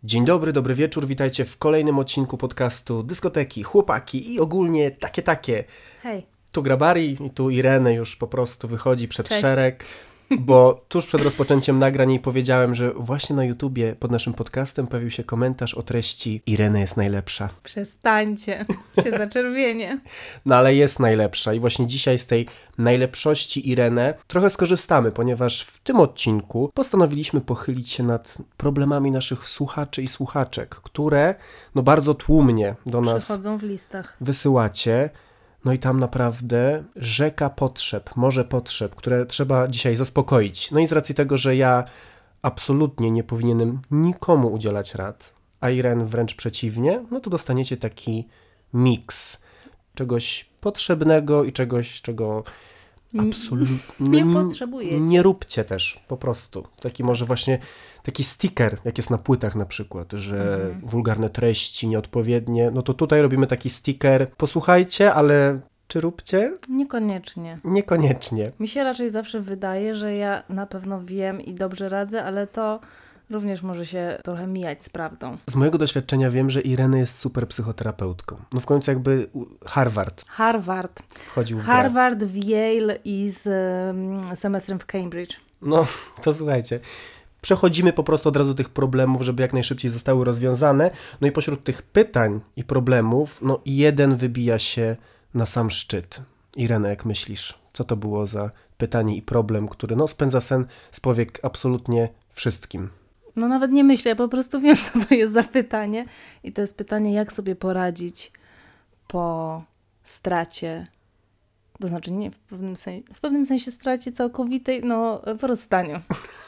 Dzień dobry, dobry wieczór, witajcie w kolejnym odcinku podcastu Dyskoteki, Chłopaki i ogólnie takie. Hej. Tu Grabari i tu Irene już po prostu wychodzi przed Cześć. szereg, bo tuż przed rozpoczęciem nagrań jej powiedziałem, że właśnie na YouTubie pod naszym podcastem pojawił się komentarz o treści Irene jest najlepsza. Przestańcie, się zaczerwienię. No ale jest najlepsza i właśnie dzisiaj z tej najlepszości Irene trochę skorzystamy, ponieważ w tym odcinku postanowiliśmy pochylić się nad problemami naszych słuchaczy i słuchaczek, które bardzo tłumnie do nas Przychodzą w listach. wysyłacie. No i tam naprawdę rzeka potrzeb, morze potrzeb, które trzeba dzisiaj zaspokoić. No i z racji tego, że ja absolutnie nie powinienem nikomu udzielać rad, a Irene wręcz przeciwnie, no to dostaniecie taki miks czegoś potrzebnego i czegoś, czego absolutnie Nie potrzebujecie. Nie róbcie też, po prostu. Taki może właśnie taki sticker, jak jest na płytach na przykład, że wulgarne treści, nieodpowiednie, no to tutaj robimy taki sticker. Posłuchajcie, ale czy róbcie? Niekoniecznie. Niekoniecznie. Mi się raczej zawsze wydaje, że ja na pewno wiem i dobrze radzę, ale to również może się trochę mijać z prawdą. Z mojego doświadczenia wiem, że Irene jest super psychoterapeutką. No w końcu jakby Harvard wchodził w grę. Harvard, w Yale i z semestrem w Cambridge. No to słuchajcie. Przechodzimy po prostu od razu tych problemów, żeby jak najszybciej zostały rozwiązane. No i pośród tych pytań i problemów, jeden wybija się na sam szczyt. Irene, jak myślisz, co to było za pytanie i problem, który spędza sen z powiek absolutnie wszystkim? No nawet nie myślę, ja po prostu wiem, co to jest za pytanie. I to jest pytanie, jak sobie poradzić po stracie, to znaczy nie w pewnym sensie stracie całkowitej, po rozstaniu.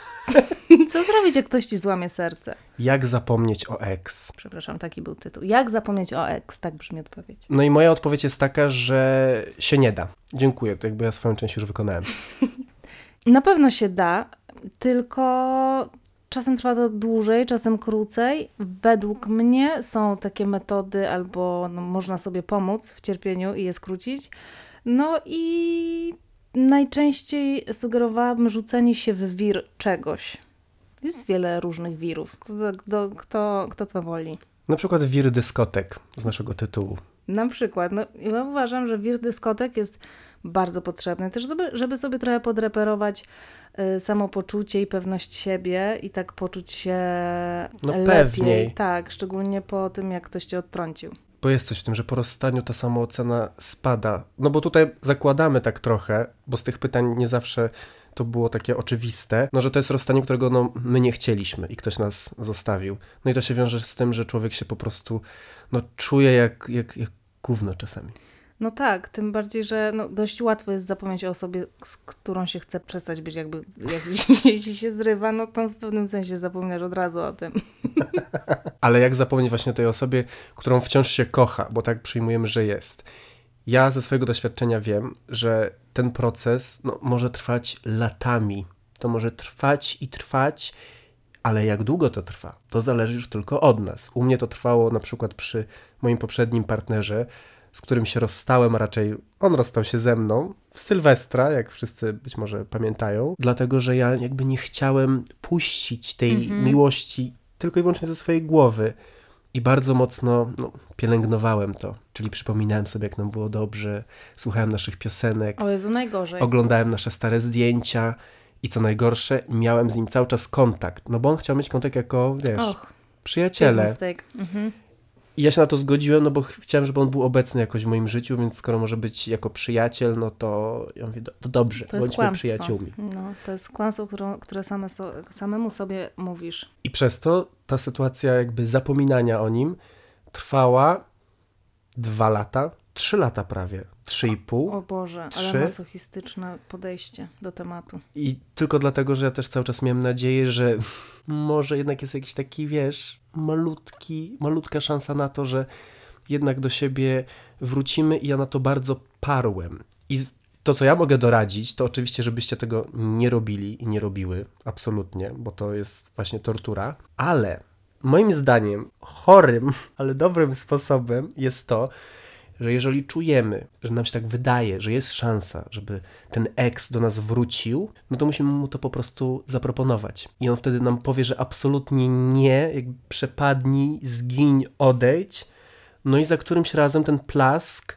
Co zrobić, jak ktoś ci złamie serce? Jak zapomnieć o ex? Przepraszam, taki był tytuł. Jak zapomnieć o ex? Tak brzmi odpowiedź. No i moja odpowiedź jest taka, że się nie da. Dziękuję, to jakby ja swoją część już wykonałem. Na pewno się da, tylko czasem trwa to dłużej, czasem krócej. Według mnie są takie metody, albo można sobie pomóc w cierpieniu i je skrócić. No i najczęściej sugerowałabym rzucenie się w wir czegoś. Jest wiele różnych wirów. Kto co woli. Na przykład wir dyskotek z naszego tytułu. Na przykład. Ja uważam, że wir dyskotek jest bardzo potrzebny. Też żeby sobie trochę podreperować samopoczucie i pewność siebie i tak poczuć się lepiej. Pewniej. Tak, szczególnie po tym, jak ktoś cię odtrącił. Bo jest coś w tym, że po rozstaniu ta samoocena spada. No bo tutaj zakładamy tak trochę, bo z tych pytań nie zawsze to było takie oczywiste, że to jest rozstanie, którego my nie chcieliśmy i ktoś nas zostawił. No i to się wiąże z tym, że człowiek się po prostu czuje jak gówno czasami. No tak, tym bardziej, że dość łatwo jest zapomnieć o osobie, z którą się chce przestać być, jak jeśli się zrywa, to w pewnym sensie zapominasz od razu o tym. Ale jak zapomnieć właśnie o tej osobie, którą wciąż się kocha, bo tak przyjmujemy, że jest. Ja ze swojego doświadczenia wiem, że ten proces może trwać latami. To może trwać i trwać, ale jak długo to trwa, to zależy już tylko od nas. U mnie to trwało na przykład przy moim poprzednim partnerze, z którym się rozstałem, a raczej on rozstał się ze mną w Sylwestra, jak wszyscy być może pamiętają, dlatego, że ja jakby nie chciałem puścić tej miłości tylko i wyłącznie ze swojej głowy i bardzo mocno pielęgnowałem to, czyli przypominałem sobie, jak nam było dobrze, słuchałem naszych piosenek, O Jezu, najgorzej. oglądałem nasze stare zdjęcia i co najgorsze, miałem z nim cały czas kontakt, bo on chciał mieć kontakt jako, przyjaciele. I ja się na to zgodziłem, bo chciałem, żeby on był obecny jakoś w moim życiu, więc skoro może być jako przyjaciel, to ja mówię, to dobrze, to jest bądźmy kłamstwo. przyjaciółmi. To jest kłamstwo, które samemu sobie mówisz. I przez to ta sytuacja jakby zapominania o nim trwała 2 lata, 3 lata prawie, 3,5. O Boże, 3. ale masochistyczne podejście do tematu. I tylko dlatego, że ja też cały czas miałem nadzieję, że może jednak jest jakiś taki, malutka szansa na to, że jednak do siebie wrócimy i ja na to bardzo parłem. I to, co ja mogę doradzić, to oczywiście, żebyście tego nie robili i nie robiły, absolutnie, bo to jest właśnie tortura, ale moim zdaniem chorym, ale dobrym sposobem jest to, że jeżeli czujemy, że nam się tak wydaje, że jest szansa, żeby ten ex do nas wrócił, no to musimy mu to po prostu zaproponować. I on wtedy nam powie, że absolutnie nie, jakby przepadnij, zgiń, odejdź, no i za którymś razem ten plask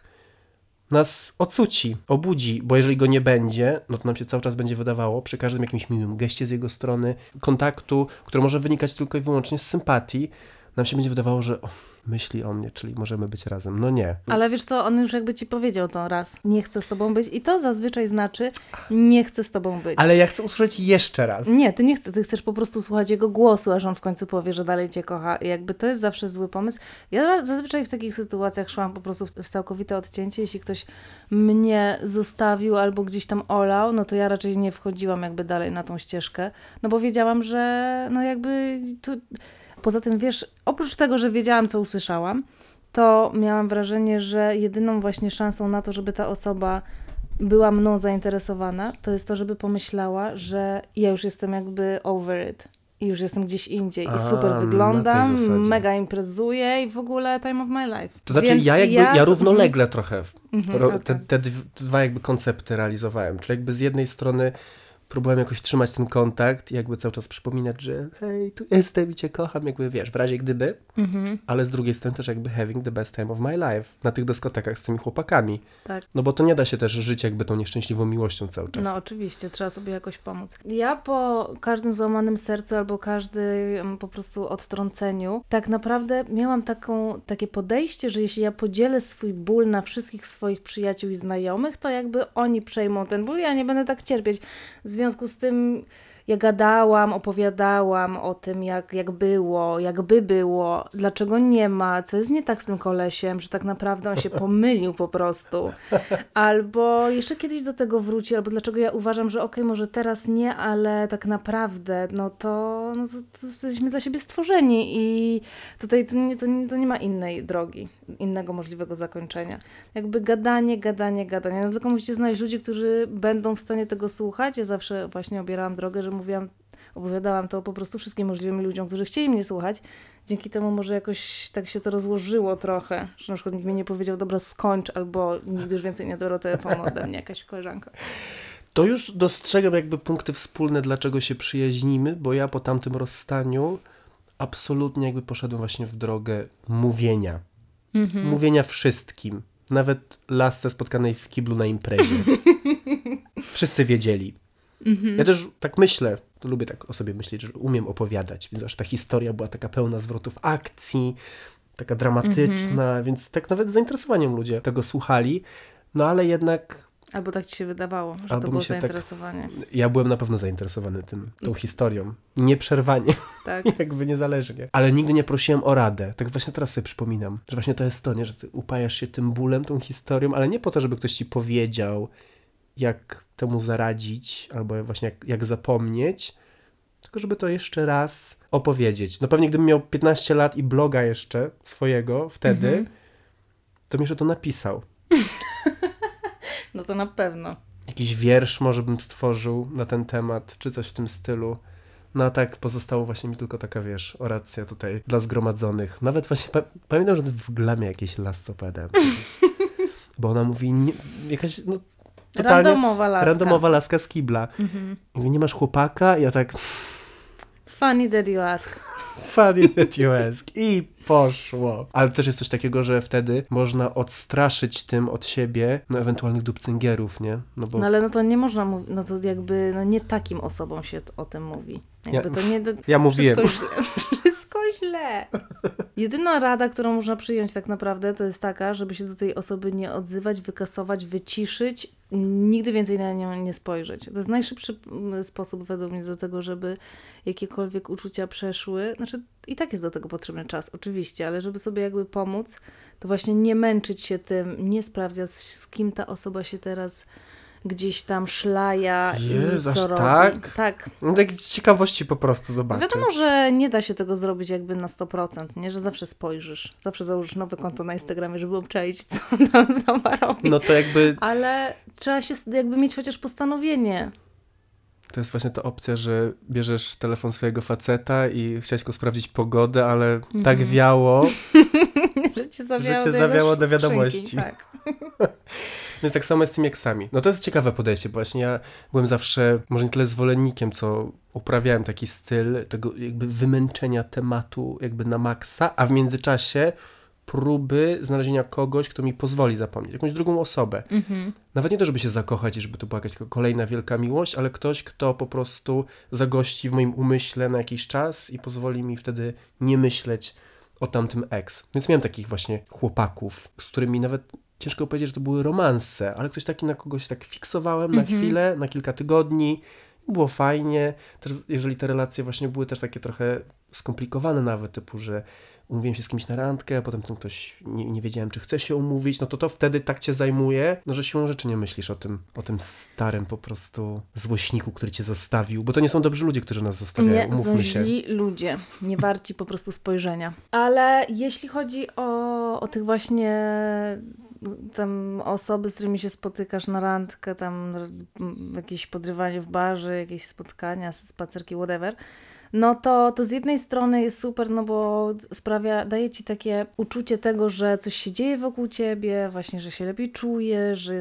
nas ocuci, obudzi, bo jeżeli go nie będzie, no to nam się cały czas będzie wydawało, przy każdym jakimś miłym geście z jego strony, kontaktu, który może wynikać tylko i wyłącznie z sympatii, nam się będzie wydawało, że myśli o mnie, czyli możemy być razem. No nie. Ale wiesz co, on już jakby ci powiedział to raz, nie chcę z tobą być i to zazwyczaj znaczy, nie chcę z tobą być. Ale ja chcę usłyszeć jeszcze raz. Nie, ty nie chcesz, ty chcesz po prostu słuchać jego głosu, aż on w końcu powie, że dalej cię kocha i jakby to jest zawsze zły pomysł. Ja zazwyczaj w takich sytuacjach szłam po prostu w całkowite odcięcie, jeśli ktoś mnie zostawił albo gdzieś tam olał, no to ja raczej nie wchodziłam jakby dalej na tą ścieżkę, no bo wiedziałam, że no jakby tu... Poza tym, wiesz, oprócz tego, że wiedziałam, co usłyszałam, to miałam wrażenie, że jedyną właśnie szansą na to, żeby ta osoba była mną zainteresowana, to jest to, żeby pomyślała, że ja już jestem jakby over it. I już jestem gdzieś indziej. I super wyglądam, mega imprezuję i w ogóle time of my life. To znaczy Więc ja równolegle trochę okay. te dwa jakby koncepty realizowałem. Czyli jakby z jednej strony próbowałem jakoś trzymać ten kontakt i jakby cały czas przypominać, że hej, tu jestem i cię kocham, jakby wiesz, w razie gdyby, ale z drugiej strony też jakby having the best time of my life na tych dyskotekach z tymi chłopakami. Tak. No bo to nie da się też żyć jakby tą nieszczęśliwą miłością cały czas. No oczywiście, trzeba sobie jakoś pomóc. Ja po każdym złamanym sercu albo każdym po prostu odtrąceniu tak naprawdę miałam takie podejście, że jeśli ja podzielę swój ból na wszystkich swoich przyjaciół i znajomych, to jakby oni przejmą ten ból, ja nie będę tak cierpieć. W związku z tym ja gadałam, opowiadałam o tym, jak było, jakby było, dlaczego nie ma, co jest nie tak z tym kolesiem, że tak naprawdę on się pomylił po prostu. Albo jeszcze kiedyś do tego wróci, albo dlaczego ja uważam, że okej, może teraz nie, ale tak naprawdę, no to jesteśmy dla siebie stworzeni i tutaj to nie ma innej drogi, innego możliwego zakończenia. Jakby gadanie. No tylko musicie znaleźć ludzi, którzy będą w stanie tego słuchać. Ja zawsze właśnie obierałam drogę, że opowiadałam to po prostu wszystkim możliwym ludziom, którzy chcieli mnie słuchać. Dzięki temu może jakoś tak się to rozłożyło trochę, że na przykład nikt mi nie powiedział, dobra, skończ, albo nigdy już więcej nie dobiorę telefonu ode mnie, jakaś koleżanka. To już dostrzegam jakby punkty wspólne, dlaczego się przyjaźnimy, bo ja po tamtym rozstaniu absolutnie jakby poszedłem właśnie w drogę mówienia. Mówienia wszystkim. Nawet lasce spotkanej w kiblu na imprezie. Wszyscy wiedzieli. Ja też tak myślę, to lubię tak o sobie myśleć, że umiem opowiadać, więc aż ta historia była taka pełna zwrotów akcji, taka dramatyczna, więc tak nawet z zainteresowaniem ludzie tego słuchali, no ale jednak... Albo tak ci się wydawało, że to było zainteresowanie. Ja byłem na pewno zainteresowany tą historią. Nieprzerwanie. Tak. Jakby niezależnie. Ale nigdy nie prosiłem o radę. Tak właśnie teraz sobie przypominam, że właśnie to jest to, nie? Że ty upajasz się tym bólem, tą historią, ale nie po to, żeby ktoś ci powiedział, jak temu zaradzić, albo właśnie jak zapomnieć, tylko żeby to jeszcze raz opowiedzieć. No pewnie gdybym miał 15 lat i bloga jeszcze swojego wtedy, to bym jeszcze to napisał. No to na pewno. Jakiś wiersz może bym stworzył na ten temat, czy coś w tym stylu. No a tak pozostało właśnie mi tylko taka, wiesz, oracja tutaj dla zgromadzonych. Nawet właśnie pamiętam, że w Glamie jakieś lasce opowiadałem. Bo ona mówi, jakaś, no totalnie randomowa laska z kibla. I mówi, nie masz chłopaka? I ja tak... Funny that you ask. Funny that you ask. I poszło. Ale też jest coś takiego, że wtedy można odstraszyć tym od siebie ewentualnych dupcyngierów, nie? No ale no to nie można mówić, no to jakby nie takim osobom się o tym mówi. Jakby to nie... Ja mówiłem. Wszystko źle. Jedyna rada, którą można przyjąć tak naprawdę, to jest taka, żeby się do tej osoby nie odzywać, wykasować, wyciszyć, nigdy więcej na nią nie spojrzeć. To jest najszybszy sposób według mnie do tego, żeby jakiekolwiek uczucia przeszły. Znaczy i tak jest do tego potrzebny czas, oczywiście, ale żeby sobie jakby pomóc, to właśnie nie męczyć się tym, nie sprawdzać, z kim ta osoba się teraz gdzieś tam szlaja i co robi. Tak. No tak z ciekawości po prostu zobaczyć. Wiadomo, że nie da się tego zrobić jakby na 100%, nie? Że zawsze spojrzysz, zawsze założysz nowe konto na Instagramie, żeby obczaić, co tam sama robi. No to jakby... Ale trzeba się jakby mieć chociaż postanowienie. To jest właśnie ta opcja, że bierzesz telefon swojego faceta i chciałeś go sprawdzić pogodę, ale tak wiało, że cię zawiało, że cię zawiało do wiadomości. Skrzynki, tak. Więc tak samo jest z tymi eksami. No to jest ciekawe podejście, bo właśnie ja byłem zawsze, może nie tyle zwolennikiem, co uprawiałem taki styl tego jakby wymęczenia tematu jakby na maksa, a w międzyczasie próby znalezienia kogoś, kto mi pozwoli zapomnieć, jakąś drugą osobę. Nawet nie to, żeby się zakochać i żeby to była jakaś kolejna wielka miłość, ale ktoś, kto po prostu zagości w moim umyśle na jakiś czas i pozwoli mi wtedy nie myśleć o tamtym ex. Więc miałem takich właśnie chłopaków, z którymi nawet ciężko powiedzieć, że to były romanse, ale ktoś taki na kogoś tak fiksowałem na chwilę, na kilka tygodni. Było fajnie. Też, jeżeli te relacje właśnie były też takie trochę skomplikowane nawet, typu, że umówiłem się z kimś na randkę, a potem ten ktoś nie wiedziałem, czy chce się umówić, no to wtedy tak cię zajmuje, no że siłą rzeczy nie myślisz o tym starym po prostu złośniku, który cię zostawił, bo to nie są dobrzy ludzie, którzy nas zostawiają, nie, umówmy są się. źli ludzie, nie warci po prostu spojrzenia. Ale jeśli chodzi o tych właśnie tam osoby, z którymi się spotykasz na randkę, tam jakieś podrywanie w barze, jakieś spotkania, spacerki, whatever, no to z jednej strony jest super, no bo daje ci takie uczucie tego, że coś się dzieje wokół ciebie, właśnie, że się lepiej czujesz, że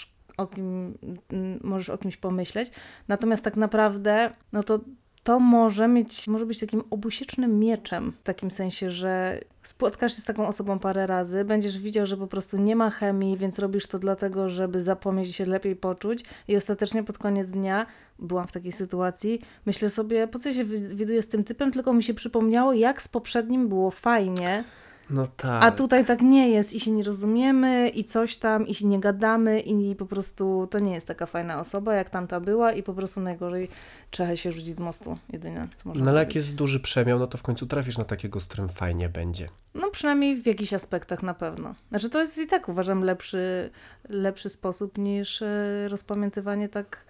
możesz o kimś pomyśleć. Natomiast tak naprawdę, no to może być takim obusiecznym mieczem, w takim sensie, że spotkasz się z taką osobą parę razy, będziesz widział, że po prostu nie ma chemii, więc robisz to dlatego, żeby zapomnieć i się lepiej poczuć i ostatecznie pod koniec dnia, byłam w takiej sytuacji, myślę sobie, po co się widuję z tym typem, tylko mi się przypomniało, jak z poprzednim było fajnie. No tak. A tutaj tak nie jest i się nie rozumiemy i coś tam i się nie gadamy i po prostu to nie jest taka fajna osoba, jak tamta była i po prostu najgorzej trzeba się rzucić z mostu, jedynie co można No ale jak zrobić. jest duży przemiał, no to w końcu trafisz na takiego, z którym fajnie będzie. No przynajmniej w jakichś aspektach na pewno. Znaczy to jest i tak uważam lepszy sposób niż rozpamiętywanie tak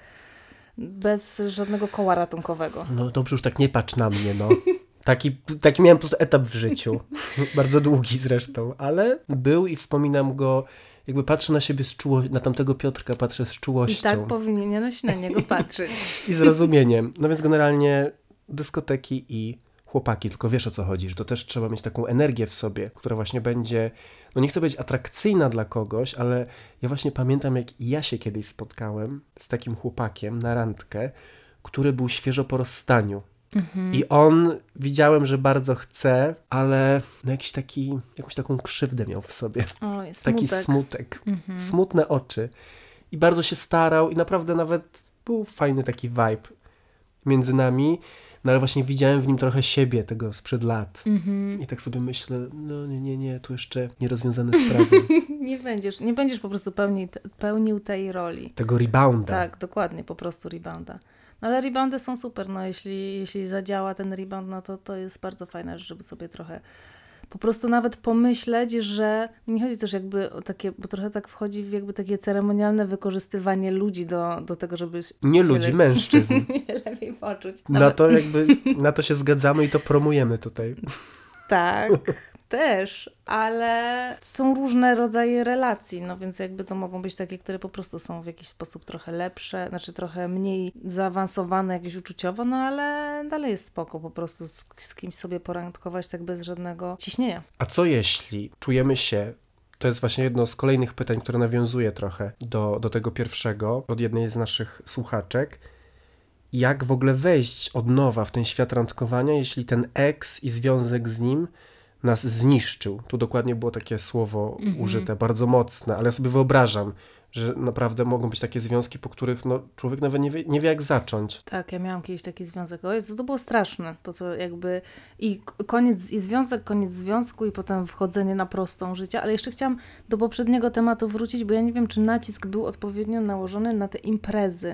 bez żadnego koła ratunkowego. No dobrze, już tak nie patrz na mnie, no. Taki miałem po prostu etap w życiu. Bardzo długi zresztą, ale był i wspominam go, jakby patrzę na siebie na tamtego Piotrka patrzę z czułością. I tak powinieneś na niego patrzeć. I zrozumieniem. No więc generalnie dyskoteki i chłopaki, tylko wiesz o co chodzi, że to też trzeba mieć taką energię w sobie, która właśnie będzie, no nie chcę być atrakcyjna dla kogoś, ale ja właśnie pamiętam, jak ja się kiedyś spotkałem z takim chłopakiem na randkę, który był świeżo po rozstaniu. I on, widziałem, że bardzo chce, ale no jakąś taką krzywdę miał w sobie. Oj, Taki smutek. Smutne oczy. I bardzo się starał i naprawdę nawet był fajny taki vibe między nami, no ale właśnie widziałem w nim trochę siebie tego sprzed lat. I tak sobie myślę, no nie, tu jeszcze nierozwiązane sprawy. Nie będziesz po prostu pełnił tej roli. Tego rebounda. Tak, dokładnie, po prostu rebounda. No ale reboundy są super, no jeśli zadziała ten rebound, no to jest bardzo fajna rzecz, żeby sobie trochę po prostu nawet pomyśleć, że nie chodzi też jakby o takie, bo trochę tak wchodzi w jakby takie ceremonialne wykorzystywanie ludzi do tego, żeby nie ludzi, mężczyzn. lepiej poczuć. Na to się zgadzamy i to promujemy tutaj. Tak, też, ale są różne rodzaje relacji, no więc jakby to mogą być takie, które po prostu są w jakiś sposób trochę lepsze, znaczy trochę mniej zaawansowane jakieś uczuciowo, no ale dalej jest spoko po prostu z kimś sobie porandkować tak bez żadnego ciśnienia. A co jeśli czujemy się, to jest właśnie jedno z kolejnych pytań, które nawiązuje trochę do tego pierwszego, od jednej z naszych słuchaczek, jak w ogóle wejść od nowa w ten świat randkowania, jeśli ten ex i związek z nim nas zniszczył. Tu dokładnie było takie słowo użyte, bardzo mocne, ale ja sobie wyobrażam, że naprawdę mogą być takie związki, po których no, człowiek nawet nie wie jak zacząć. Tak, ja miałam kiedyś taki związek. O Jezu, to było straszne. To co jakby koniec związku i potem wchodzenie na prostą życia, ale jeszcze chciałam do poprzedniego tematu wrócić, bo ja nie wiem, czy nacisk był odpowiednio nałożony na te imprezy.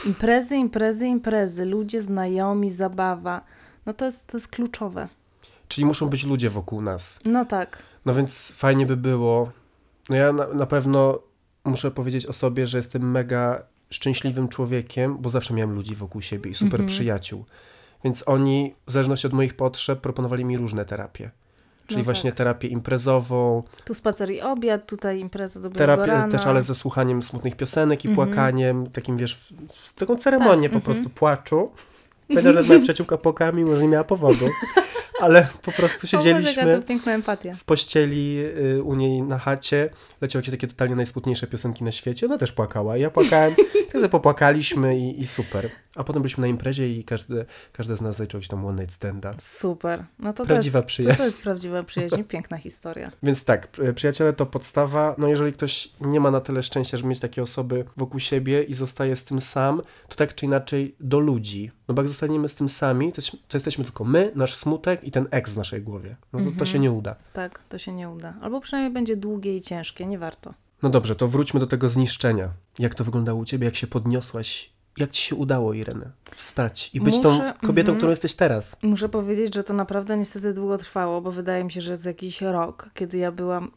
Imprezy, ludzie, znajomi, zabawa. No to jest kluczowe. Czyli muszą być ludzie wokół nas. No tak. No więc fajnie by było, no ja na pewno muszę powiedzieć o sobie, że jestem mega szczęśliwym człowiekiem, bo zawsze miałem ludzi wokół siebie i super przyjaciół. Więc oni, w zależności od moich potrzeb, proponowali mi różne terapie. Czyli właśnie terapię imprezową. Tu spacer i obiad, tutaj impreza do białego rana. Też, ale ze słuchaniem smutnych piosenek i płakaniem, takim wiesz, taką ceremonię po prostu płaczu. Pamiętam, że moja przyjaciółka płakała, mimo że nie miała powodu. ale po prostu O Boże, siedzieliśmy jaka to piękna empatia. w pościeli u niej na chacie, leciały jakieś takie totalnie najsmutniejsze piosenki na świecie, ona też płakała, ja płakałem, tak sobie popłakaliśmy i super. A potem byliśmy na imprezie i każdy z nas zaczął jakiś tam one night standa. Super. No to Prawdziwa przyjaźń. To jest prawdziwa przyjaźń, piękna historia. Więc tak, przyjaciele to podstawa. No jeżeli ktoś nie ma na tyle szczęścia, żeby mieć takie osoby wokół siebie i zostaje z tym sam, to tak czy inaczej do ludzi. No bo jak zostaniemy z tym sami, to jesteśmy tylko my, nasz smutek i ten ex w naszej głowie. No to się nie uda. Tak, to się nie uda. Albo przynajmniej będzie długie i ciężkie, nie warto. No dobrze, to wróćmy do tego zniszczenia. Jak to wyglądało u ciebie? Jak się podniosłaś? Jak ci się udało, Irene, wstać i być tą kobietą, którą jesteś teraz? Muszę powiedzieć, że to naprawdę niestety długo trwało, bo wydaje mi się, że jest jakiś rok, kiedy ja byłam,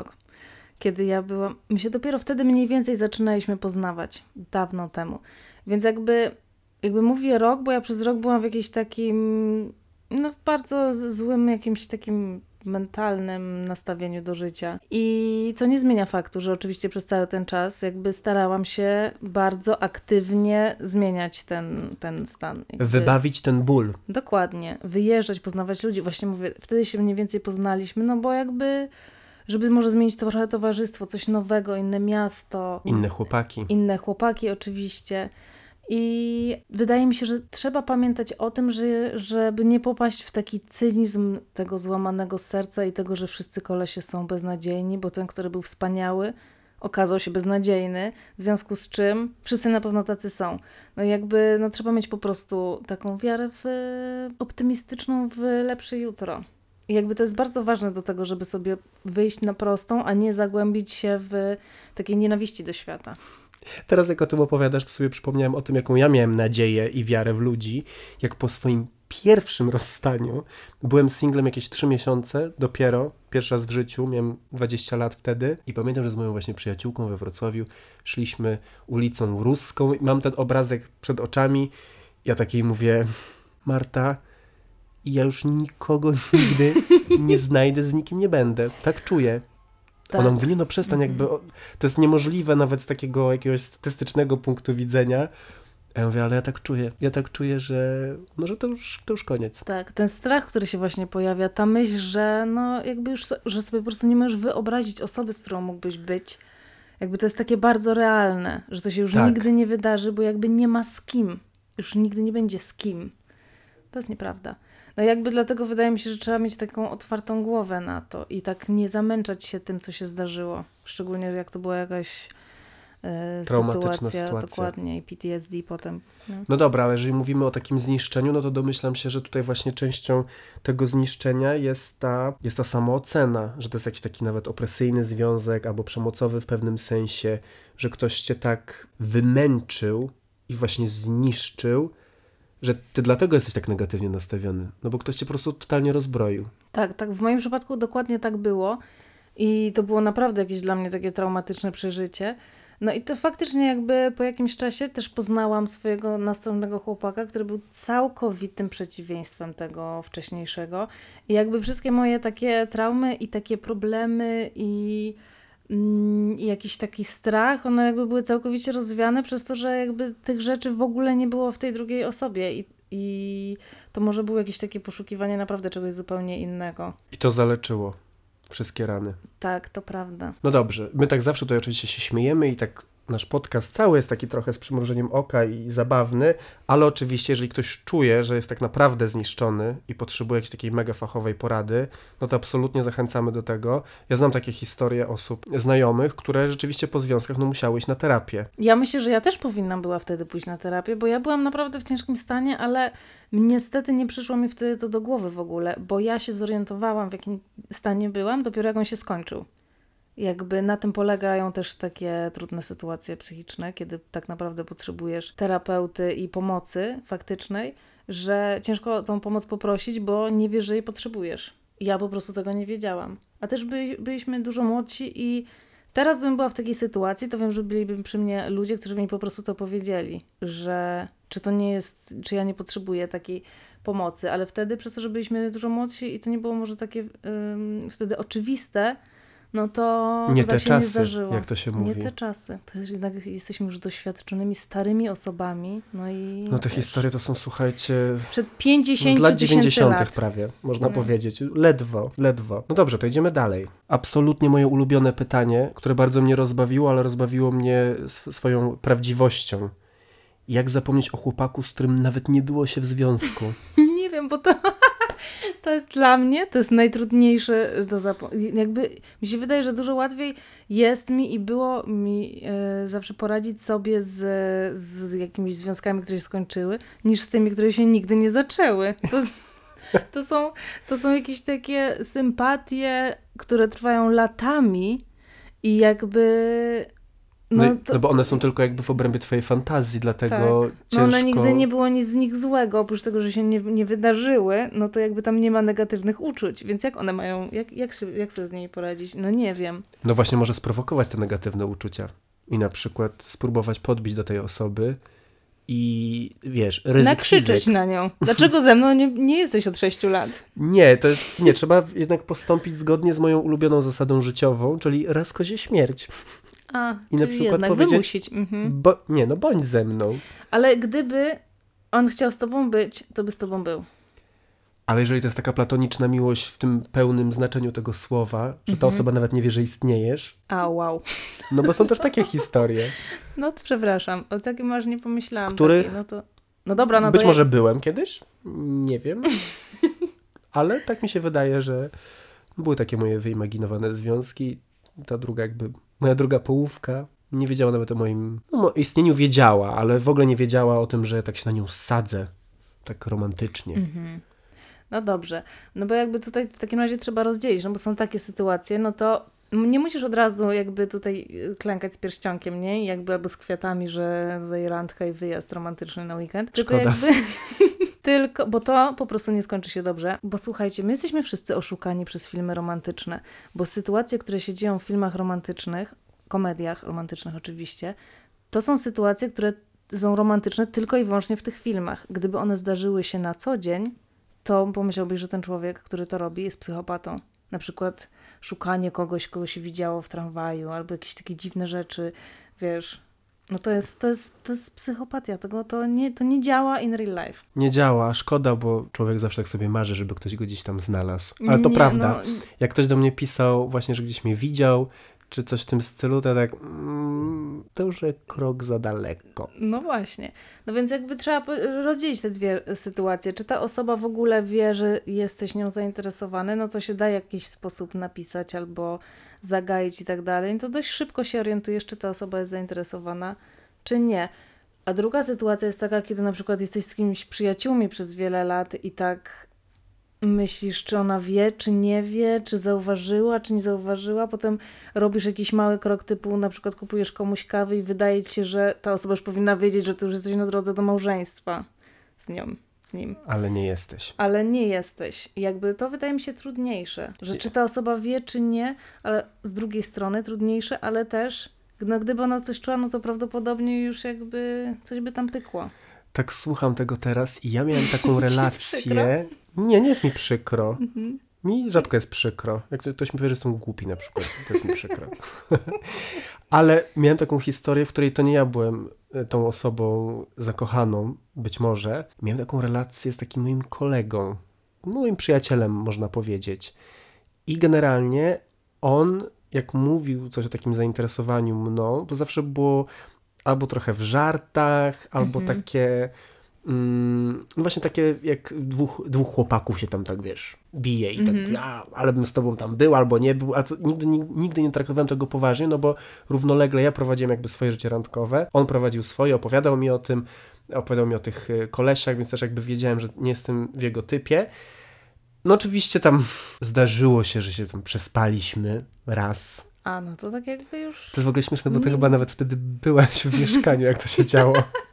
my się dopiero wtedy mniej więcej zaczynaliśmy poznawać, dawno temu. Więc jakby mówię rok, bo ja przez rok byłam w jakimś takim, no bardzo złym jakimś takim mentalnym nastawieniu do życia. I co nie zmienia faktu, że oczywiście przez cały ten czas jakby starałam się bardzo aktywnie zmieniać ten stan. Wybawić ten ból. Dokładnie. Wyjeżdżać, poznawać ludzi. Właśnie mówię, wtedy się mniej więcej poznaliśmy, no bo jakby, żeby może zmienić trochę towarzystwo, coś nowego, inne miasto. Inne chłopaki oczywiście. I wydaje mi się, że trzeba pamiętać o tym, żeby nie popaść w taki cynizm tego złamanego serca i tego, że wszyscy kolesie są beznadziejni, bo ten, który był wspaniały, okazał się beznadziejny, w związku z czym wszyscy na pewno tacy są. No jakby, no trzeba mieć po prostu taką wiarę optymistyczną w lepsze jutro. I jakby to jest bardzo ważne do tego, żeby sobie wyjść na prostą, a nie zagłębić się w takiej nienawiści do świata. Teraz jak o tym opowiadasz, to sobie przypomniałem o tym, jaką ja miałem nadzieję i wiarę w ludzi, jak po swoim pierwszym rozstaniu byłem singlem jakieś 3 miesiące, dopiero, pierwszy raz w życiu, miałem 20 lat wtedy i pamiętam, że z moją właśnie przyjaciółką we Wrocławiu szliśmy ulicą Ruską i mam ten obrazek przed oczami, ja takiej mówię, Marta, ja już nikogo nigdy nie znajdę, z nikim nie będę, tak czuję. Tak. Ona mówi, nie no przestań, jakby to jest niemożliwe nawet z takiego jakiegoś statystycznego punktu widzenia. A ja mówię, ale ja tak czuję, że może to już koniec. Tak, ten strach, który się właśnie pojawia, ta myśl, że no jakby już, że sobie po prostu nie możesz wyobrazić osoby, z którą mógłbyś być. Jakby to jest takie bardzo realne, że to się już nigdy nie wydarzy, bo jakby nie ma z kim. Już nigdy nie będzie z kim. To jest nieprawda. No jakby dlatego wydaje mi się, że trzeba mieć taką otwartą głowę na to i tak nie zamęczać się tym, co się zdarzyło. Szczególnie jak to była jakaś traumatyczna sytuacja. Dokładnie, i PTSD potem. No dobra, ale jeżeli mówimy o takim zniszczeniu, no to domyślam się, że tutaj właśnie częścią tego zniszczenia jest ta samoocena, że to jest jakiś taki nawet opresyjny związek albo przemocowy w pewnym sensie, że ktoś cię tak wymęczył i właśnie zniszczył, że ty dlatego jesteś tak negatywnie nastawiony, no bo ktoś cię po prostu totalnie rozbroił. Tak, w moim przypadku dokładnie tak było i to było naprawdę jakieś dla mnie takie traumatyczne przeżycie. No i to faktycznie jakby po jakimś czasie też poznałam swojego następnego chłopaka, który był całkowitym przeciwieństwem tego wcześniejszego i jakby wszystkie moje takie traumy i takie problemy i jakiś taki strach, one jakby były całkowicie rozwiane przez to, że jakby tych rzeczy w ogóle nie było w tej drugiej osobie i to może było jakieś takie poszukiwanie naprawdę czegoś zupełnie innego. I to zaleczyło wszystkie rany. Tak, to prawda. No dobrze, my tak zawsze tutaj oczywiście się śmiejemy i tak nasz podcast cały jest taki trochę z przymrużeniem oka i zabawny, ale oczywiście jeżeli ktoś czuje, że jest tak naprawdę zniszczony i potrzebuje jakiejś takiej mega fachowej porady, no to absolutnie zachęcamy do tego. Ja znam takie historie osób znajomych, które rzeczywiście po związkach musiały iść na terapię. Ja myślę, że ja też powinnam była wtedy pójść na terapię, bo ja byłam naprawdę w ciężkim stanie, ale niestety nie przyszło mi wtedy to do głowy w ogóle, bo ja się zorientowałam, w jakim stanie byłam, dopiero jak on się skończył. Jakby na tym polegają też takie trudne sytuacje psychiczne, kiedy tak naprawdę potrzebujesz terapeuty i pomocy faktycznej, że ciężko tą pomoc poprosić, bo nie wiesz, że jej potrzebujesz. Ja po prostu tego nie wiedziałam. A też byliśmy dużo młodsi i teraz gdybym była w takiej sytuacji, to wiem, że byliby przy mnie ludzie, którzy mi po prostu to powiedzieli, że czy ja nie potrzebuję takiej pomocy, ale wtedy przez to, że byliśmy dużo młodsi i to nie było może takie wtedy oczywiste, no to Nie to te tak się czasy, nie zdarzyło. jak to się mówi. Nie te czasy. To jest jednak jesteśmy już doświadczonymi, starymi osobami. No i No te wiesz, historie to są, słuchajcie, sprzed z 50 lat tysięcy 90. lat. prawie, można powiedzieć. Ledwo. No dobrze, to idziemy dalej. Absolutnie moje ulubione pytanie, które bardzo mnie rozbawiło, ale rozbawiło mnie swoją prawdziwością. Jak zapomnieć o chłopaku, z którym nawet nie było się w związku? Nie wiem, bo to jest dla mnie, to jest najtrudniejsze do jakby mi się wydaje, że dużo łatwiej jest mi i było mi zawsze poradzić sobie z jakimiś związkami, które się skończyły, niż z tymi, które się nigdy nie zaczęły. To są jakieś takie sympatie, które trwają latami i jakby... No bo one są tylko jakby w obrębie twojej fantazji, dlatego tak. ciężko... No one nigdy nie było nic w nich złego, oprócz tego, że się nie wydarzyły, no to jakby tam nie ma negatywnych uczuć, więc jak one mają, jak sobie z nimi poradzić? No nie wiem. No właśnie może sprowokować te negatywne uczucia i na przykład spróbować podbić do tej osoby i wiesz, ryzyk nakrzyczeć fizyk. na nią. Dlaczego ze mną nie jesteś od 6 lat? Nie, trzeba jednak postąpić zgodnie z moją ulubioną zasadą życiową, czyli raz kozie śmierć. I na przykład jednak powiedzieć, wymusić. Mhm. Bądź ze mną. Ale gdyby on chciał z tobą być, to by z tobą był. Ale jeżeli to jest taka platoniczna miłość w tym pełnym znaczeniu tego słowa, że ta osoba nawet nie wie, że istniejesz, Wow. no bo są też takie historie, No to przepraszam, o takim aż nie pomyślałam. których No dobra, no być to może byłem kiedyś, nie wiem, ale tak mi się wydaje, że były takie moje wyimaginowane związki. Ta druga moja druga połówka nie wiedziała nawet o moim istnieniu, wiedziała, ale w ogóle nie wiedziała o tym, że tak się na nią sadzę, tak romantycznie. No dobrze, no bo jakby tutaj w takim razie trzeba rozdzielić, no bo są takie sytuacje, no to nie musisz od razu jakby tutaj klękać z pierścionkiem, nie? I jakby albo z kwiatami, że tutaj randka i wyjazd romantyczny na weekend. Szkoda. Bo to po prostu nie skończy się dobrze. Bo słuchajcie, my jesteśmy wszyscy oszukani przez filmy romantyczne, bo sytuacje, które się dzieją w filmach romantycznych, komediach romantycznych oczywiście, to są sytuacje, które są romantyczne tylko i wyłącznie w tych filmach. Gdyby one zdarzyły się na co dzień, to pomyślałbyś, że ten człowiek, który to robi, jest psychopatą. Na przykład szukanie kogoś, kogo się widziało w tramwaju, albo jakieś takie dziwne rzeczy, wiesz. No to jest psychopatia. To nie działa in real life. Nie działa, szkoda, bo człowiek zawsze tak sobie marzy, żeby ktoś go gdzieś tam znalazł. Ale to prawda. Jak ktoś do mnie pisał właśnie, że gdzieś mnie widział, czy coś w tym stylu, to tak to już krok za daleko. No właśnie. No więc jakby trzeba rozdzielić te dwie sytuacje. Czy ta osoba w ogóle wie, że jesteś nią zainteresowany, no to się da jakiś sposób napisać albo zagaić i tak dalej. No to dość szybko się orientujesz, czy ta osoba jest zainteresowana, czy nie. A druga sytuacja jest taka, kiedy na przykład jesteś z kimś przyjaciółmi przez wiele lat i tak myślisz, czy ona wie, czy nie wie, czy zauważyła, czy nie zauważyła. Potem robisz jakiś mały krok typu na przykład kupujesz komuś kawę i wydaje ci się, że ta osoba już powinna wiedzieć, że ty już jesteś na drodze do małżeństwa z nim. Ale nie jesteś. Ale nie jesteś. I jakby to wydaje mi się trudniejsze, że czy ta osoba wie, czy nie, ale z drugiej strony trudniejsze, ale też gdyby ona coś czuła, no to prawdopodobnie już jakby coś by tam pykło. Tak słucham tego teraz i ja miałem taką relację. Nie jest mi przykro. Mi rzadko jest przykro. Jak ktoś mi powie, że jestem głupi na przykład, to jest mi przykro. Ale miałem taką historię, w której to nie ja byłem tą osobą zakochaną, być może. Miałem taką relację z takim moim kolegą, moim przyjacielem, można powiedzieć. I generalnie on, jak mówił coś o takim zainteresowaniu mną, to zawsze było albo trochę w żartach, albo takie... No właśnie takie jak dwóch chłopaków się tam tak, wiesz, bije i tak, ale bym z tobą tam był albo nie był, ale nigdy nie traktowałem tego poważnie, no bo równolegle ja prowadziłem jakby swoje życie randkowe, on prowadził swoje, opowiadał mi o tych kolesiach, więc też jakby wiedziałem, że nie jestem w jego typie. No oczywiście tam zdarzyło się, że się tam przespaliśmy raz. A, no to tak jakby już... To jest w ogóle śmieszne, bo ty chyba nawet wtedy byłaś w mieszkaniu, jak to się działo.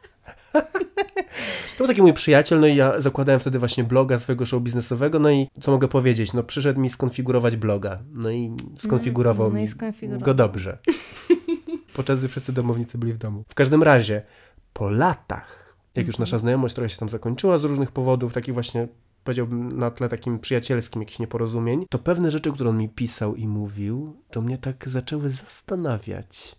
To był taki mój przyjaciel, no i ja zakładałem wtedy właśnie bloga swojego show biznesowego, no i co mogę powiedzieć, no przyszedł mi skonfigurować bloga, no i skonfigurował mi go dobrze. Podczas gdy wszyscy domownicy byli w domu. W każdym razie, po latach, jak już nasza znajomość trochę się tam zakończyła z różnych powodów, takich właśnie powiedziałbym na tle takim przyjacielskim, jakichś nieporozumień, to pewne rzeczy, które on mi pisał i mówił, to mnie tak zaczęły zastanawiać,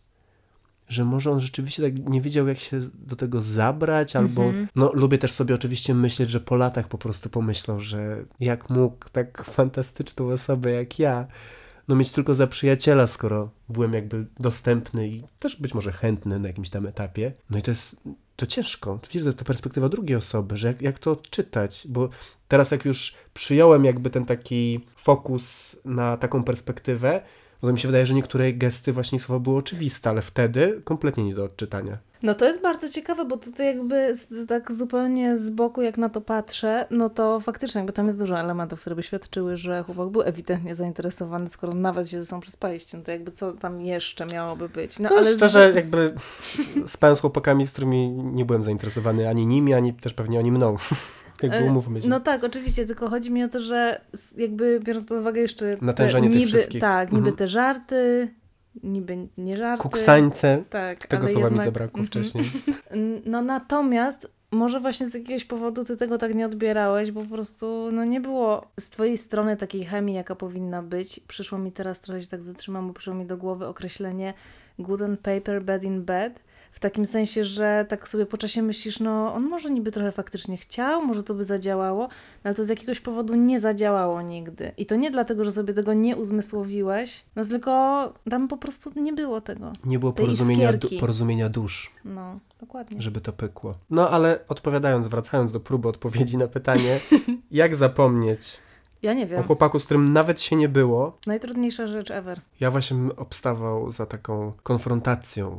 że może on rzeczywiście tak nie wiedział, jak się do tego zabrać, albo no lubię też sobie oczywiście myśleć, że po latach po prostu pomyślał, że jak mógł tak fantastyczną osobę jak ja no mieć tylko za przyjaciela, skoro byłem jakby dostępny i też być może chętny na jakimś tam etapie. No i to ciężko. Widzisz, to jest ta perspektywa drugiej osoby, że jak to odczytać, bo teraz jak już przyjąłem jakby ten taki fokus na taką perspektywę, no to mi się wydaje, że niektóre gesty właśnie słowa były oczywiste, ale wtedy kompletnie nie do odczytania. No to jest bardzo ciekawe, bo tutaj jakby tak zupełnie z boku jak na to patrzę, no to faktycznie jakby tam jest dużo elementów, które by świadczyły, że chłopak był ewidentnie zainteresowany, skoro nawet się ze sobą przespaliście, no to jakby co tam jeszcze miałoby być? No ale szczerze jakby spałem z chłopakami, z którymi nie byłem zainteresowany ani nimi, ani też pewnie oni mną. Jakby umówmy się. No tak, oczywiście, tylko chodzi mi o to, że jakby biorąc pod uwagę jeszcze natężenie tych wszystkich. Tak, niby te żarty, niby nie żarty. Kuksańce. Tak, tego słowa mi zabrakło wcześniej. No natomiast może właśnie z jakiegoś powodu ty tego tak nie odbierałeś, bo po prostu no nie było z twojej strony takiej chemii, jaka powinna być. Przyszło mi teraz, trochę się tak zatrzymam, bo przyszło mi do głowy określenie good on paper, bad in bed. W takim sensie, że tak sobie po czasie myślisz, no on może niby trochę faktycznie chciał, może to by zadziałało, no ale to z jakiegoś powodu nie zadziałało nigdy. I to nie dlatego, że sobie tego nie uzmysłowiłeś, no tylko tam po prostu nie było tego. Nie było porozumienia dusz. No, dokładnie. Żeby to pykło. No ale wracając do próby odpowiedzi na pytanie, jak zapomnieć ja nie wiem. o chłopaku, z którym nawet się nie było. Najtrudniejsza rzecz ever. Ja właśnie bym obstawał za taką konfrontacją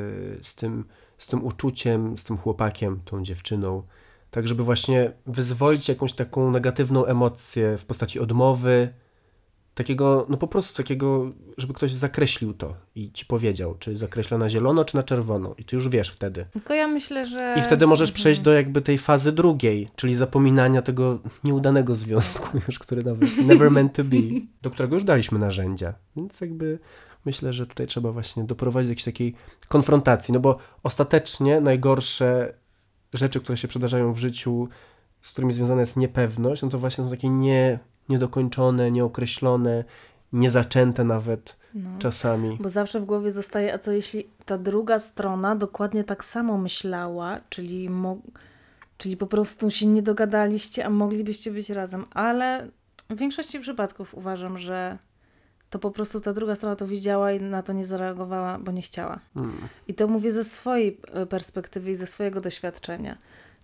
z tym uczuciem, z tym chłopakiem, tą dziewczyną. Tak, żeby właśnie wyzwolić jakąś taką negatywną emocję w postaci odmowy. Takiego, no po prostu takiego, żeby ktoś zakreślił to i ci powiedział, czy zakreśla na zielono, czy na czerwono. I ty już wiesz wtedy. Tylko ja myślę, że... I wtedy możesz przejść do jakby tej fazy drugiej, czyli zapominania tego nieudanego związku już, który nawet never meant to be, do którego już daliśmy narzędzia. Więc jakby myślę, że tutaj trzeba właśnie doprowadzić do jakiejś takiej konfrontacji, no bo ostatecznie najgorsze rzeczy, które się przydarzają w życiu, z którymi związana jest niepewność, no to właśnie są takie niedokończone, nieokreślone, niezaczęte nawet czasami. Bo zawsze w głowie zostaje, a co jeśli ta druga strona dokładnie tak samo myślała, czyli po prostu się nie dogadaliście, a moglibyście być razem, ale w większości przypadków uważam, że to po prostu ta druga strona to widziała i na to nie zareagowała, bo nie chciała. I to mówię ze swojej perspektywy i ze swojego doświadczenia,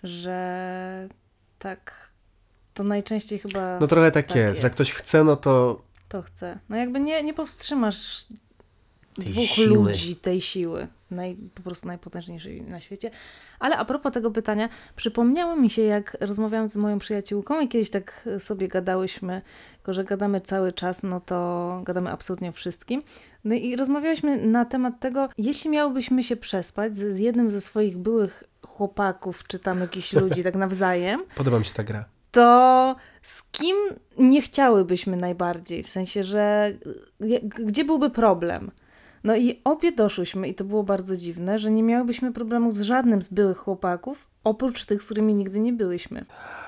że tak to najczęściej chyba... No trochę tak jest, że jak ktoś chce, no to... To chce. No jakby nie powstrzymasz dwóch siły. ludzi tej siły. Po prostu najpotężniejszej na świecie. Ale a propos tego pytania, przypomniało mi się, jak rozmawiałam z moją przyjaciółką i kiedyś tak sobie gadałyśmy, tylko że gadamy cały czas, no to gadamy absolutnie o wszystkim. No i rozmawiałyśmy na temat tego, jeśli miałybyśmy się przespać z jednym ze swoich byłych chłopaków, czy tam jakichś ludzi tak nawzajem. Podoba mi się ta gra. To z kim nie chciałybyśmy najbardziej? W sensie, że gdzie byłby problem? No i obie doszłyśmy, i to było bardzo dziwne, że nie miałybyśmy problemu z żadnym z byłych chłopaków, oprócz tych, z którymi nigdy nie byłyśmy.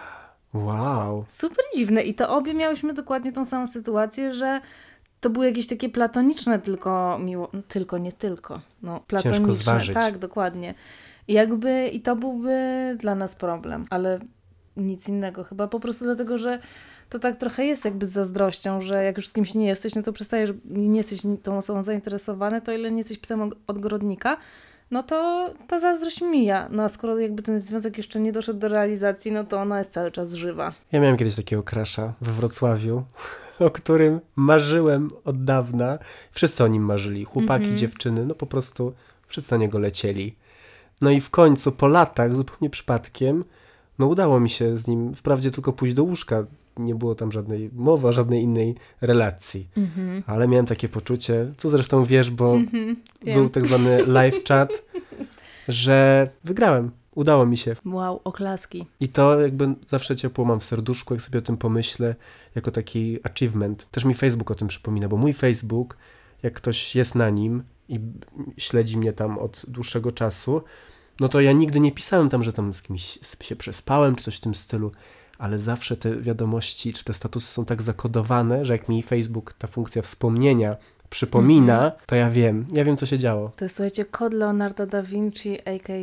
Wow. Super dziwne. I to obie miałyśmy dokładnie tą samą sytuację, że to były jakieś takie platoniczne nie tylko. No, platoniczne. Ciężko zważyć. Tak, dokładnie. I to byłby dla nas problem, ale nic innego chyba, po prostu dlatego, że to tak trochę jest jakby z zazdrością, że jak już z kimś nie jesteś, no to przestajesz, nie jesteś tą osobą zainteresowany, to ile nie jesteś psem ogrodnika, no to ta zazdrość mija. No a skoro jakby ten związek jeszcze nie doszedł do realizacji, no to ona jest cały czas żywa. Ja miałem kiedyś takiego crusha we Wrocławiu, o którym marzyłem od dawna. Wszyscy o nim marzyli. Chłopaki, dziewczyny, no po prostu wszyscy na niego lecieli. No i w końcu, po latach, zupełnie przypadkiem, no udało mi się z nim wprawdzie tylko pójść do łóżka. Nie było tam żadnej mowy o żadnej innej relacji. Ale miałem takie poczucie, co zresztą wiesz, bo był tak zwany live chat, że wygrałem. Udało mi się. Wow, oklaski. I to jakby zawsze ciepło mam w serduszku, jak sobie o tym pomyślę, jako taki achievement. Też mi Facebook o tym przypomina, bo mój Facebook, jak ktoś jest na nim i śledzi mnie tam od dłuższego czasu, no to ja nigdy nie pisałem tam, że tam z kimś się przespałem, czy coś w tym stylu. ale zawsze te wiadomości czy te statusy są tak zakodowane, że jak mi Facebook, ta funkcja wspomnienia przypomina, to ja wiem, co się działo. To jest, słuchajcie, kod Leonarda da Vinci,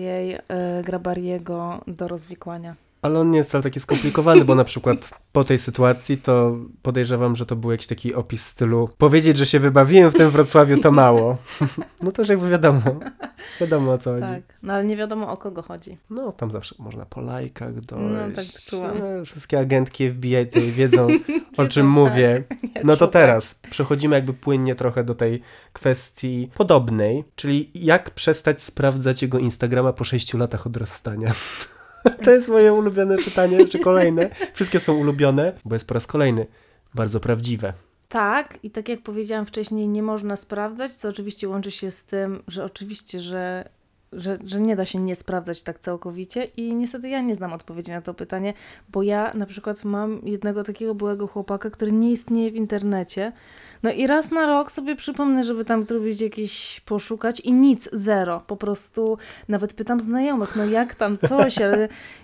a.k.a. Grabariego do rozwikłania. Ale on nie jest wcale taki skomplikowany, bo na przykład po tej sytuacji to podejrzewam, że to był jakiś taki opis w stylu powiedzieć, że się wybawiłem w tym Wrocławiu, to mało. No to już jakby wiadomo o co chodzi. Tak, no ale nie wiadomo o kogo chodzi. No tam zawsze można po lajkach dojść. No tak czułam. Wszystkie agentki FBI tutaj wiedzą, o czym mówię. Jak No to szukać. teraz przechodzimy jakby płynnie trochę do tej kwestii podobnej, czyli jak przestać sprawdzać jego Instagrama po 6 latach od rozstania. To jest moje ulubione pytanie, czy kolejne. Wszystkie są ulubione, bo jest po raz kolejny bardzo prawdziwe. Tak, i tak jak powiedziałam wcześniej, nie można sprawdzać, co oczywiście łączy się z tym, że oczywiście, że nie da się nie sprawdzać tak całkowicie i niestety ja nie znam odpowiedzi na to pytanie, bo ja na przykład mam jednego takiego byłego chłopaka, który nie istnieje w internecie, no i raz na rok sobie przypomnę, żeby tam zrobić jakieś, poszukać i nic, zero, po prostu nawet pytam znajomych, no jak tam coś, ale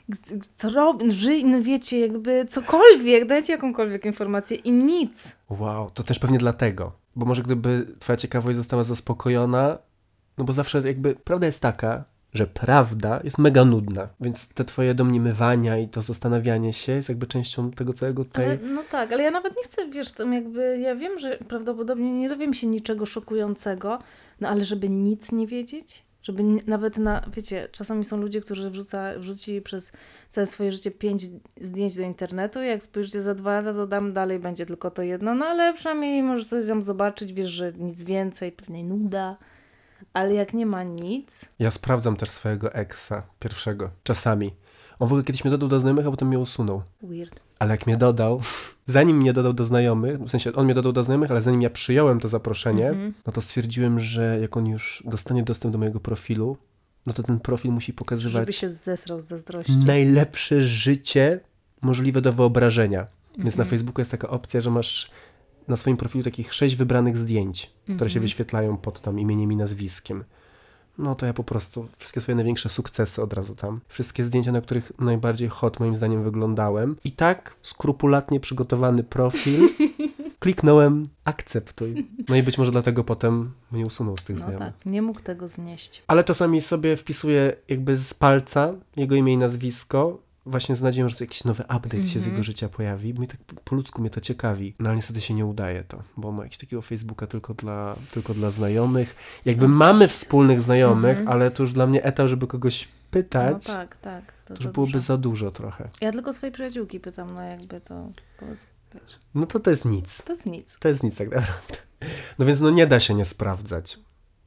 co robi, no wiecie, jakby cokolwiek, dajcie jakąkolwiek informację i nic. Wow, to też pewnie dlatego, bo może gdyby twoja ciekawość została zaspokojona, no bo zawsze jakby prawda jest taka, że prawda jest mega nudna, więc te twoje domniemywania i to zastanawianie się jest jakby częścią tego całego tutaj... Ale, no tak, ale ja nawet nie chcę, wiesz, tam jakby, ja wiem, że prawdopodobnie nie dowiem się niczego szokującego, no ale żeby nic nie wiedzieć, żeby nawet wiecie, czasami są ludzie, którzy wrzucili przez całe swoje życie 5 zdjęć do internetu i jak spojrzycie za 2 lata, to tam dalej będzie tylko to jedno, no ale przynajmniej możesz sobie tam zobaczyć, wiesz, że nic więcej, pewnie nuda. Ale jak nie ma nic... Ja sprawdzam też swojego eksa, pierwszego, czasami. On w ogóle kiedyś mnie dodał do znajomych, a potem mnie usunął. Weird. Ale jak mnie dodał, zanim mnie dodał do znajomych, w sensie on mnie dodał do znajomych, ale zanim ja przyjąłem to zaproszenie, no to stwierdziłem, że jak on już dostanie dostęp do mojego profilu, no to ten profil musi pokazywać... Żeby się zesrał z zazdrości. Najlepsze życie możliwe do wyobrażenia. Więc na Facebooku jest taka opcja, że masz na swoim profilu takich 6 wybranych zdjęć, które się wyświetlają pod tam imieniem i nazwiskiem. No to ja po prostu wszystkie swoje największe sukcesy od razu tam. Wszystkie zdjęcia, na których najbardziej hot moim zdaniem wyglądałem. I tak skrupulatnie przygotowany profil. Kliknąłem akceptuj. No i być może dlatego potem mnie usunął z tych znajomych. Tak, nie mógł tego znieść. Ale czasami sobie wpisuję jakby z palca jego imię i nazwisko, właśnie z nadzieją, że jakiś nowy update się z jego życia pojawi. Mnie tak po ludzku mnie to ciekawi. No ale niestety się nie udaje to, bo ma jakiegoś takiego Facebooka tylko dla znajomych. Jakby mamy wspólnych znajomych, ale to już dla mnie etap, żeby kogoś pytać, No tak. To już byłoby za dużo trochę. Ja tylko swojej przyjaciółki pytam, no jakby to jest, wiesz, No to jest nic. to jest nic. To jest nic tak naprawdę. No więc no nie da się nie sprawdzać.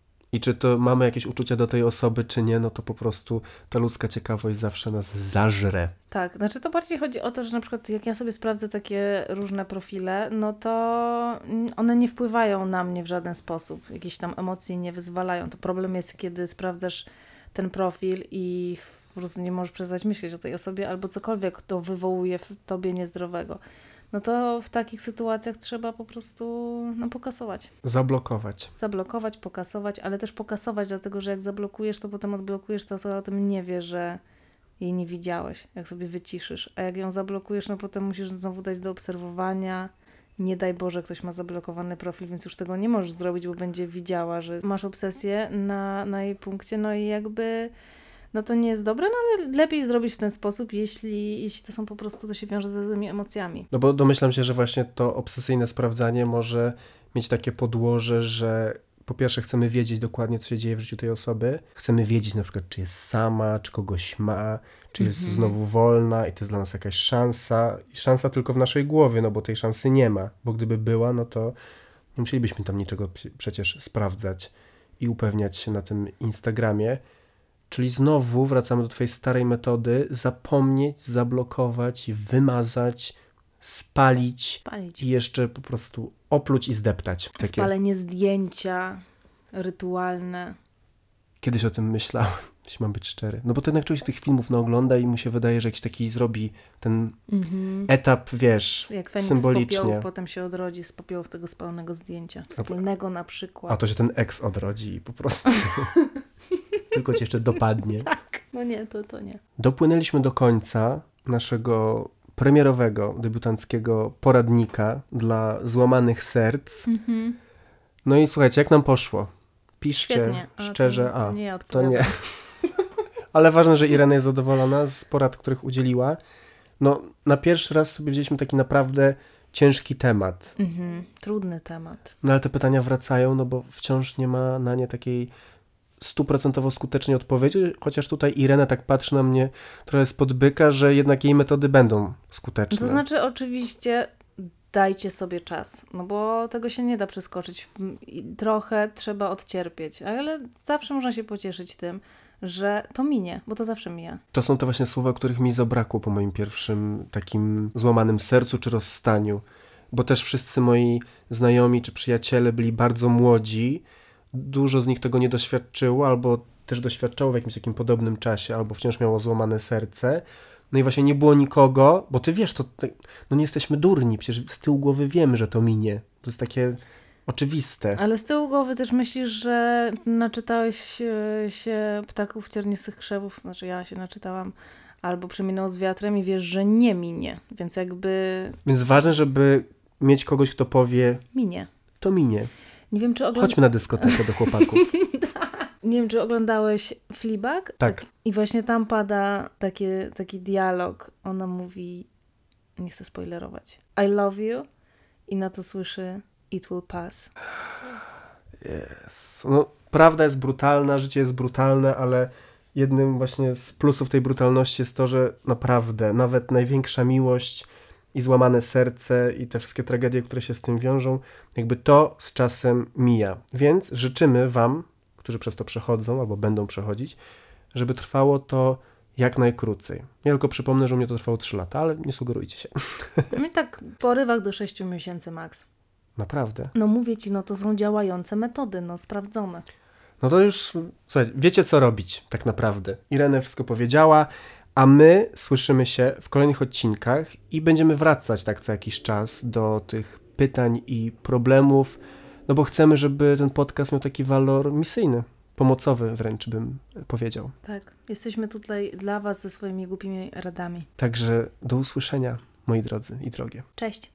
I czy to mamy jakieś uczucia do tej osoby, czy nie, no to po prostu ta ludzka ciekawość zawsze nas zażre. Tak, znaczy to bardziej chodzi o to, że na przykład jak ja sobie sprawdzę takie różne profile, no to one nie wpływają na mnie w żaden sposób. Jakieś tam emocje nie wyzwalają. To problem jest, kiedy sprawdzasz ten profil i po prostu nie możesz przestać myśleć o tej osobie albo cokolwiek to wywołuje w tobie niezdrowego. No to w takich sytuacjach trzeba po prostu pokasować. Zablokować, pokasować, ale też pokasować, dlatego że jak zablokujesz, to potem odblokujesz, to osoba o tym nie wie, że jej nie widziałeś, jak sobie wyciszysz. A jak ją zablokujesz, no potem musisz znowu dać do obserwowania. Nie daj Boże, ktoś ma zablokowany profil, więc już tego nie możesz zrobić, bo będzie widziała, że masz obsesję na jej punkcie, no i jakby... No to nie jest dobre, no ale lepiej zrobić w ten sposób, jeśli to są po prostu, to się wiąże ze złymi emocjami. No bo domyślam się, że właśnie to obsesyjne sprawdzanie może mieć takie podłoże, że po pierwsze chcemy wiedzieć dokładnie, co się dzieje w życiu tej osoby. Chcemy wiedzieć na przykład, czy jest sama, czy kogoś ma, czy jest znowu wolna i to jest dla nas jakaś szansa. I szansa tylko w naszej głowie, no bo tej szansy nie ma. Bo gdyby była, no to nie musielibyśmy tam niczego przecież sprawdzać i upewniać się na tym Instagramie. Czyli znowu wracamy do twojej starej metody, zapomnieć, zablokować, wymazać, spalić i jeszcze po prostu opluć i zdeptać. Spalenie zdjęcia rytualne. Kiedyś o tym myślałem, jeśli mam być szczery. No bo to jednak człowiek tych filmów ogląda i mu się wydaje, że jakiś taki zrobi ten etap, wiesz, jak Feniks symbolicznie. Z popiołów potem się odrodzi z popiołów tego spalonego zdjęcia. Wspólnego na przykład. A to się ten ex odrodzi i po prostu tylko cię jeszcze dopadnie. Tak. No nie, to nie. Dopłynęliśmy do końca naszego premierowego, debiutanckiego poradnika dla złamanych serc. No i słuchajcie, jak nam poszło? Piszcie Świetnie. szczerze. To nie ja to odpowiadam. nie. Ale ważne, że Irena jest zadowolona z porad, których udzieliła. No, na pierwszy raz sobie wzięliśmy taki naprawdę ciężki temat. Trudny temat. No ale te pytania wracają, no bo wciąż nie ma na nie takiej 100% skutecznej odpowiedzi, chociaż tutaj Irena tak patrzy na mnie trochę spod byka, że jednak jej metody będą skuteczne. To znaczy oczywiście dajcie sobie czas, no bo tego się nie da przeskoczyć. I trochę trzeba odcierpieć, ale zawsze można się pocieszyć tym, że to minie, bo to zawsze mija. To są te właśnie słowa, których mi zabrakło po moim pierwszym takim złamanym sercu czy rozstaniu, bo też wszyscy moi znajomi czy przyjaciele byli bardzo młodzi, dużo z nich tego nie doświadczyło, albo też doświadczało w jakimś takim podobnym czasie, albo wciąż miało złamane serce. No i właśnie nie było nikogo, bo ty wiesz, no nie jesteśmy durni, przecież z tyłu głowy wiemy, że to minie. To jest takie oczywiste. Ale z tyłu głowy też myślisz, że naczytałeś się ptaków ciernistych krzewów, znaczy ja się naczytałam, albo Przeminął z wiatrem i wiesz, że nie minie, więc jakby Więc ważne, żeby mieć kogoś, kto powie, minie. to minie. Nie wiem, czy Chodźmy na dyskotekę do chłopaków. Nie wiem, czy oglądałeś Fleabag? Tak. I właśnie tam pada taki dialog. Ona mówi, nie chcę spoilerować, I love you i na to słyszy it will pass. Yes. No, prawda jest brutalna, życie jest brutalne, ale jednym właśnie z plusów tej brutalności jest to, że naprawdę nawet największa miłość i złamane serce i te wszystkie tragedie, które się z tym wiążą, jakby to z czasem mija. Więc życzymy wam, którzy przez to przechodzą albo będą przechodzić, żeby trwało to jak najkrócej. Ja tylko przypomnę, że u mnie to trwało 3 lata, ale nie sugerujcie się. No i tak porywach do 6 miesięcy max. Naprawdę. No mówię ci, no to są działające metody, no sprawdzone. No to już, słuchajcie, wiecie co robić tak naprawdę. Irena wszystko powiedziała, a my słyszymy się w kolejnych odcinkach i będziemy wracać tak co jakiś czas do tych pytań i problemów, no bo chcemy, żeby ten podcast miał taki walor misyjny, pomocowy wręcz bym powiedział. Tak, jesteśmy tutaj dla was ze swoimi głupimi radami. Także do usłyszenia, moi drodzy i drogie. Cześć.